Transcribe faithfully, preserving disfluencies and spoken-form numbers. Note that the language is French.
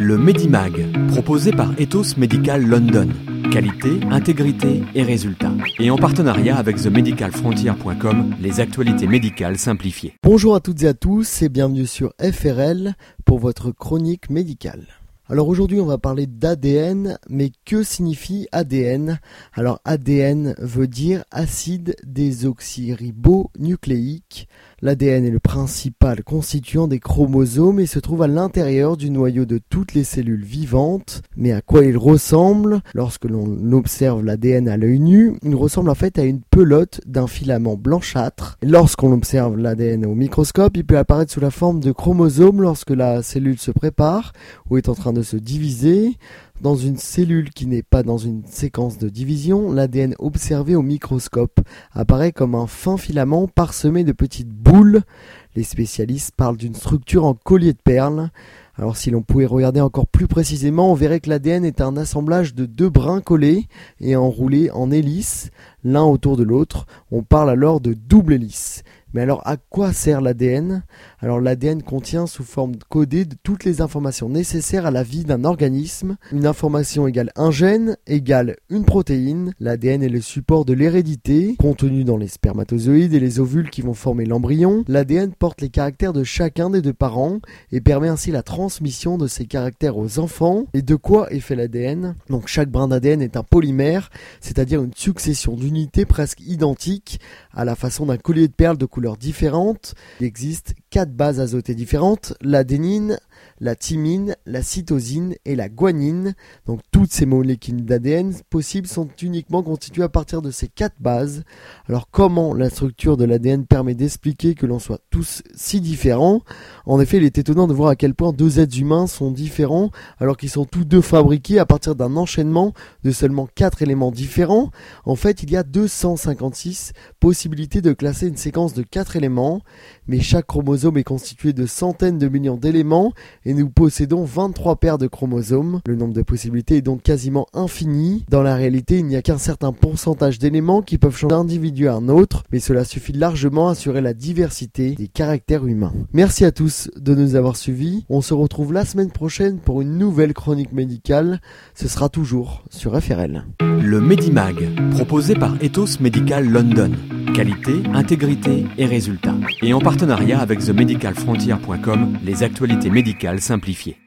Le Medimag, proposé par Ethos Medical London. Qualité, intégrité et résultats. Et en partenariat avec the medical frontier point com, les actualités médicales simplifiées. Bonjour à toutes et à tous et bienvenue sur F R L pour votre chronique médicale. Alors aujourd'hui on va parler d'A D N, mais que signifie A D N ? Alors A D N veut dire acide désoxyribonucléique. L'A D N est le principal constituant des chromosomes et se trouve à l'intérieur du noyau de toutes les cellules vivantes. Mais à quoi il ressemble ? Lorsque l'on observe l'A D N à l'œil nu, il ressemble en fait à une pelote d'un filament blanchâtre. Lorsqu'on observe l'A D N au microscope, il peut apparaître sous la forme de chromosomes lorsque la cellule se prépare ou est en train de se diviser. Dans une cellule qui n'est pas dans une séquence de division, l'A D N observé au microscope apparaît comme un fin filament parsemé de petites boules. Les spécialistes parlent d'une structure en collier de perles. Alors si l'on pouvait regarder encore plus précisément, on verrait que l'A D N est un assemblage de deux brins collés et enroulés en hélices, l'un autour de l'autre. On parle alors de double hélice. Mais alors à quoi sert l'A D N ? Alors l'A D N contient sous forme codée de toutes les informations nécessaires à la vie d'un organisme. Une information égale un gène égale une protéine. L'A D N est le support de l'hérédité, contenu dans les spermatozoïdes et les ovules qui vont former l'embryon. L'A D N porte les caractères de chacun des deux parents et permet ainsi la transmission de ces caractères aux enfants. Et de quoi est fait l'A D N ? Donc chaque brin d'A D N est un polymère, c'est-à-dire une succession d'unités presque identiques à la façon d'un collier de perles de couleurs différentes. Il existe quatre bases azotées différentes, l'adénine, la thymine, la cytosine et la guanine. Donc toutes ces molécules d'A D N possibles sont uniquement constituées à partir de ces quatre bases. Alors comment la structure de l'A D N permet d'expliquer que l'on soit tous si différents ? En effet, il est étonnant de voir à quel point deux êtres humains sont différents alors qu'ils sont tous deux fabriqués à partir d'un enchaînement de seulement quatre éléments différents. En fait, il y a deux cent cinquante-six possibilités de classer une séquence de quatre éléments, mais chaque chromosome est constitué de centaines de millions d'éléments et nous possédons vingt-trois paires de chromosomes. Le nombre de possibilités est donc quasiment infini. Dans la réalité, il n'y a qu'un certain pourcentage d'éléments qui peuvent changer d'un individu à un autre, mais cela suffit largement à assurer la diversité des caractères humains. Merci à tous de nous avoir suivis. On se retrouve la semaine prochaine pour une nouvelle chronique médicale. Ce sera toujours sur F R L. Le Medimag, proposé par Ethos Medical London. Qualité, intégrité et résultats. Et en partenariat avec the medical frontier point com, les actualités médicales simplifiées.